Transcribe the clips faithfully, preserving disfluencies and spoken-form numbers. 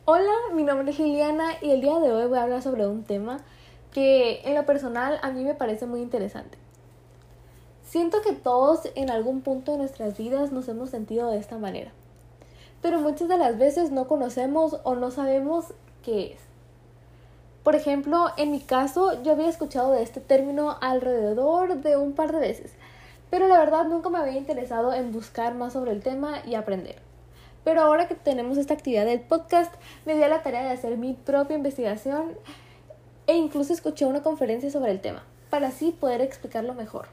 Hola, mi nombre es Liliana y el día de hoy voy a hablar sobre un tema que en lo personal a mí me parece muy interesante. Siento que todos en algún punto de nuestras vidas nos hemos sentido de esta manera, pero muchas de las veces no conocemos o no sabemos qué es. Por ejemplo, en mi caso yo había escuchado de este término alrededor de un par de veces, pero la verdad nunca me había interesado en buscar más sobre el tema y aprender. Pero ahora que tenemos esta actividad del podcast, me di a la tarea de hacer mi propia investigación e incluso escuché una conferencia sobre el tema, para así poder explicarlo mejor.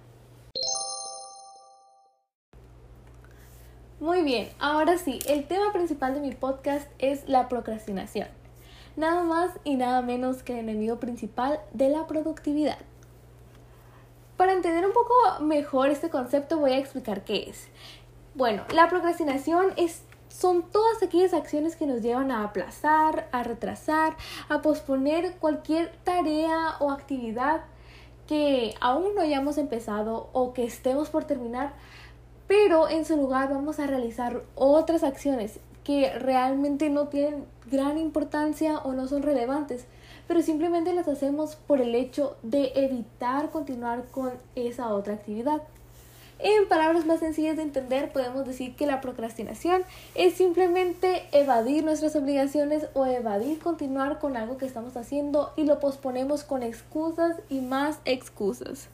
Muy bien, ahora sí, el tema principal de mi podcast es la procrastinación. Nada más y nada menos que el enemigo principal de la productividad. Para entender un poco mejor este concepto voy a explicar qué es. Bueno, la procrastinación es Son todas aquellas acciones que nos llevan a aplazar, a retrasar, a posponer cualquier tarea o actividad que aún no hayamos empezado o que estemos por terminar, pero en su lugar vamos a realizar otras acciones que realmente no tienen gran importancia o no son relevantes, pero simplemente las hacemos por el hecho de evitar continuar con esa otra actividad. En palabras más sencillas de entender, podemos decir que la procrastinación es simplemente evadir nuestras obligaciones o evadir continuar con algo que estamos haciendo y lo posponemos con excusas y más excusas.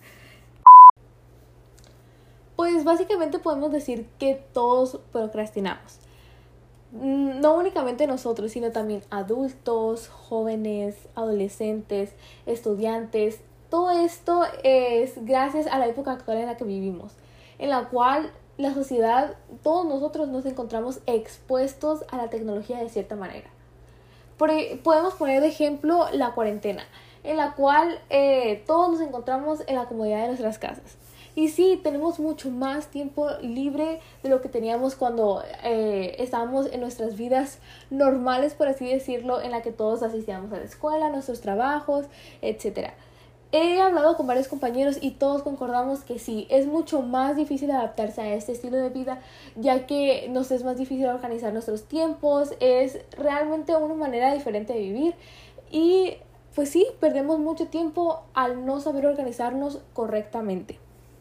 Pues básicamente podemos decir que todos procrastinamos. No únicamente nosotros, sino también adultos, jóvenes, adolescentes, estudiantes. Todo esto es gracias a la época actual en la que vivimos, en la cual la sociedad, todos nosotros nos encontramos expuestos a la tecnología de cierta manera. Por, podemos poner de ejemplo la cuarentena, en la cual eh, todos nos encontramos en la comodidad de nuestras casas. Y sí, tenemos mucho más tiempo libre de lo que teníamos cuando eh, estábamos en nuestras vidas normales, por así decirlo, en la que todos asistíamos a la escuela, a nuestros trabajos, etcétera. He hablado con varios compañeros y todos concordamos que sí, es mucho más difícil adaptarse a este estilo de vida, ya que nos es más difícil organizar nuestros tiempos, es realmente una manera diferente de vivir y pues sí, perdemos mucho tiempo al no saber organizarnos correctamente.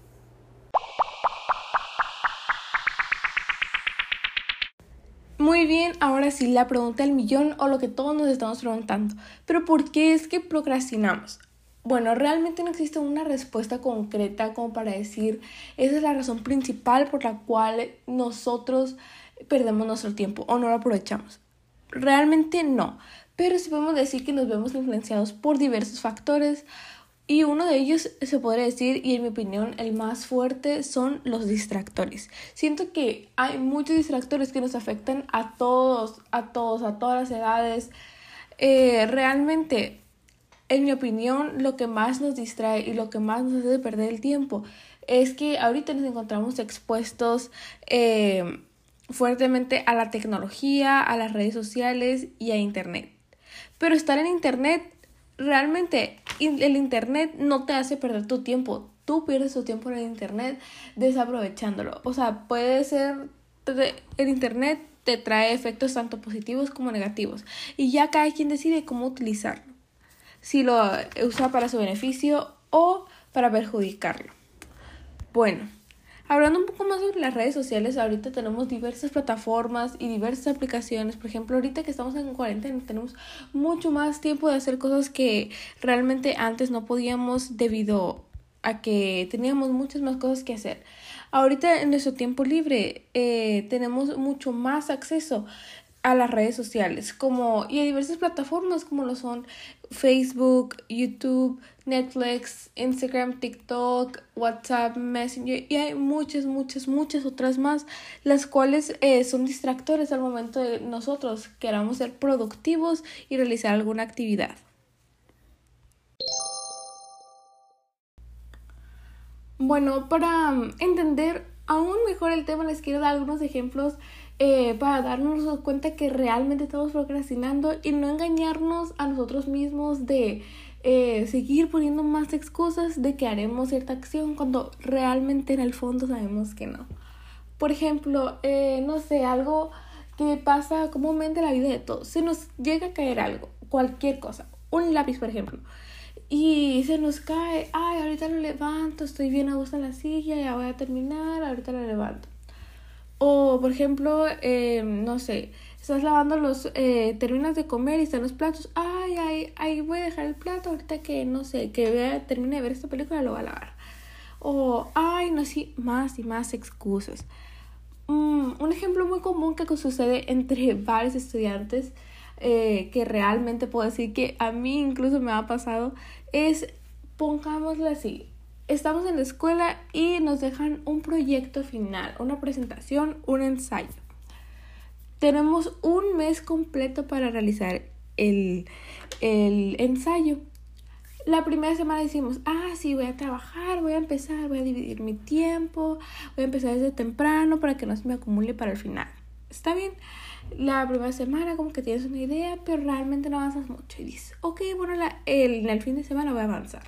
Muy bien, ahora sí, la pregunta del millón o lo que todos nos estamos preguntando, ¿pero por qué es que procrastinamos? Bueno, realmente no existe una respuesta concreta como para decir esa es la razón principal por la cual nosotros perdemos nuestro tiempo o no lo aprovechamos. Realmente no, pero sí podemos decir que nos vemos influenciados por diversos factores y uno de ellos se podría decir, y en mi opinión el más fuerte, son los distractores. Siento que hay muchos distractores que nos afectan a todos, a todos, a todas las edades. Eh, realmente... En mi opinión, lo que más nos distrae y lo que más nos hace perder el tiempo es que ahorita nos encontramos expuestos eh, fuertemente a la tecnología, a las redes sociales y a internet. Pero estar en internet, realmente el internet no te hace perder tu tiempo. Tú pierdes tu tiempo en el internet desaprovechándolo. O sea, puede ser el internet te trae efectos tanto positivos como negativos. Y ya cada quien decide cómo utilizarlo. Si lo usa para su beneficio o para perjudicarlo. Bueno, hablando un poco más sobre las redes sociales, ahorita tenemos diversas plataformas y diversas aplicaciones. Por ejemplo, ahorita que estamos en cuarentena tenemos mucho más tiempo de hacer cosas que realmente antes no podíamos debido a que teníamos muchas más cosas que hacer. Ahorita en nuestro tiempo libre eh, tenemos mucho más acceso a las redes sociales como y a diversas plataformas como lo son Facebook, YouTube, Netflix, Instagram, TikTok, WhatsApp, Messenger y hay muchas, muchas, muchas otras más, las cuales eh, son distractores al momento de nosotros queramos ser productivos y realizar alguna actividad. Bueno, para entender aún mejor el tema les quiero dar algunos ejemplos eh, para darnos cuenta que realmente estamos procrastinando y no engañarnos a nosotros mismos de eh, seguir poniendo más excusas de que haremos cierta acción cuando realmente en el fondo sabemos que no. Por ejemplo, eh, no sé, algo que pasa comúnmente en la vida de todos. Se nos llega a caer algo, cualquier cosa, un lápiz, por ejemplo, y se nos cae, ay, ahorita lo levanto, estoy bien a gusto en la silla, ya voy a terminar, ahorita lo levanto. O, por ejemplo, eh, no sé, estás lavando los, eh, terminas de comer y están los platos, ay, ay, ay, voy a dejar el plato ahorita que, no sé, que vea, termine de ver esta película, lo voy a lavar. O, ay, no sé, más y más excusas. Mm, un ejemplo muy común que sucede entre varios estudiantes, eh, que realmente puedo decir que a mí incluso me ha pasado, es, pongámoslo así, estamos en la escuela y nos dejan un proyecto final, una presentación, un ensayo. Tenemos un mes completo para realizar el, el ensayo. La primera semana decimos, ah, sí, voy a trabajar, voy a empezar, voy a dividir mi tiempo, voy a empezar desde temprano para que no se me acumule para el final. Está bien, la primera semana como que tienes una idea, pero realmente no avanzas mucho y dices, ok, bueno, la, el, el fin de semana voy a avanzar.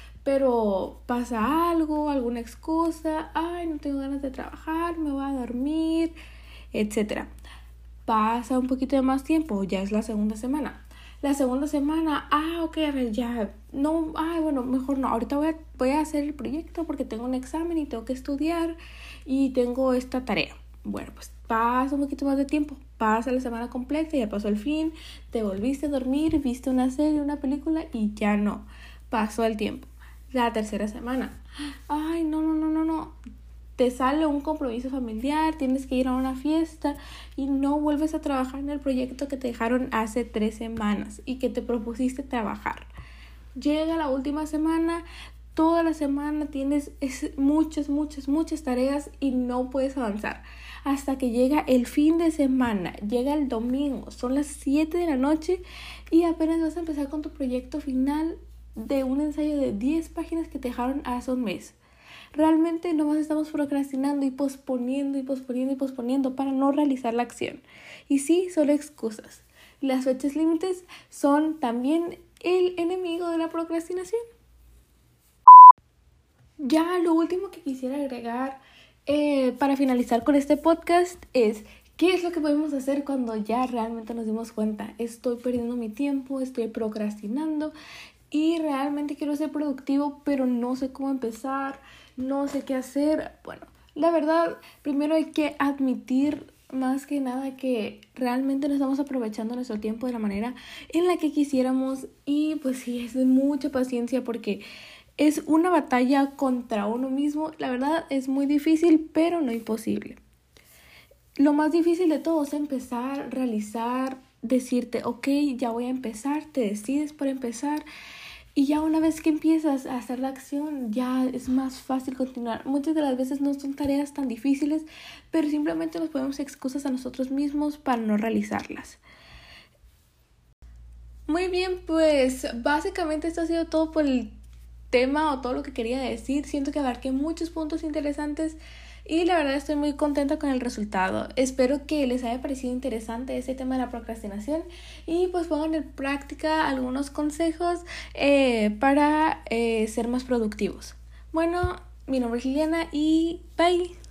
Pero pasa algo, alguna excusa, ay, no tengo ganas de trabajar, me voy a dormir, etcétera. Pasa un poquito de más tiempo, ya es la segunda semana. La segunda semana, ah, ok, a ver, ya, no, ay, bueno, mejor no, ahorita voy a, voy a hacer el proyecto porque tengo un examen y tengo que estudiar y tengo esta tarea. Bueno, pues pasa un poquito más de tiempo, pasa la semana completa, ya pasó el fin, te volviste a dormir, viste una serie, una película y ya no, pasó el tiempo. La tercera semana, ay, no, no, no, no, no, te sale un compromiso familiar, tienes que ir a una fiesta y no vuelves a trabajar en el proyecto que te dejaron hace tres semanas y que te propusiste trabajar. Llega la última semana, toda la semana tienes muchas, muchas, muchas tareas y no puedes avanzar. Hasta que llega el fin de semana, llega el domingo, son las siete de la noche y apenas vas a empezar con tu proyecto final de un ensayo de diez páginas que te dejaron hace un mes. Realmente nomás estamos procrastinando y posponiendo y posponiendo y posponiendo para no realizar la acción. Y sí, son excusas. Las fechas límites son también el enemigo de la procrastinación. Ya lo último que quisiera agregar eh, para finalizar con este podcast es ¿qué es lo que podemos hacer cuando ya realmente nos dimos cuenta? Estoy perdiendo mi tiempo, estoy procrastinando y realmente quiero ser productivo, pero no sé cómo empezar, no sé qué hacer. Bueno, la verdad, primero hay que admitir más que nada que realmente no estamos aprovechando nuestro tiempo de la manera en la que quisiéramos y pues sí, es de mucha paciencia porque es una batalla contra uno mismo. La verdad es muy difícil, pero no imposible. Lo más difícil de todo es empezar, realizar, decirte, ok, ya voy a empezar, te decides por empezar. Y ya una vez que empiezas a hacer la acción, ya es más fácil continuar. Muchas de las veces no son tareas tan difíciles, pero simplemente nos ponemos excusas a nosotros mismos para no realizarlas. Muy bien, pues básicamente esto ha sido todo por el tema o todo lo que quería decir. Siento que abarqué muchos puntos interesantes y la verdad estoy muy contenta con el resultado. Espero que les haya parecido interesante este tema de la procrastinación y pues pongan en práctica algunos consejos eh, para eh, ser más productivos. Bueno, mi nombre es Liliana y bye.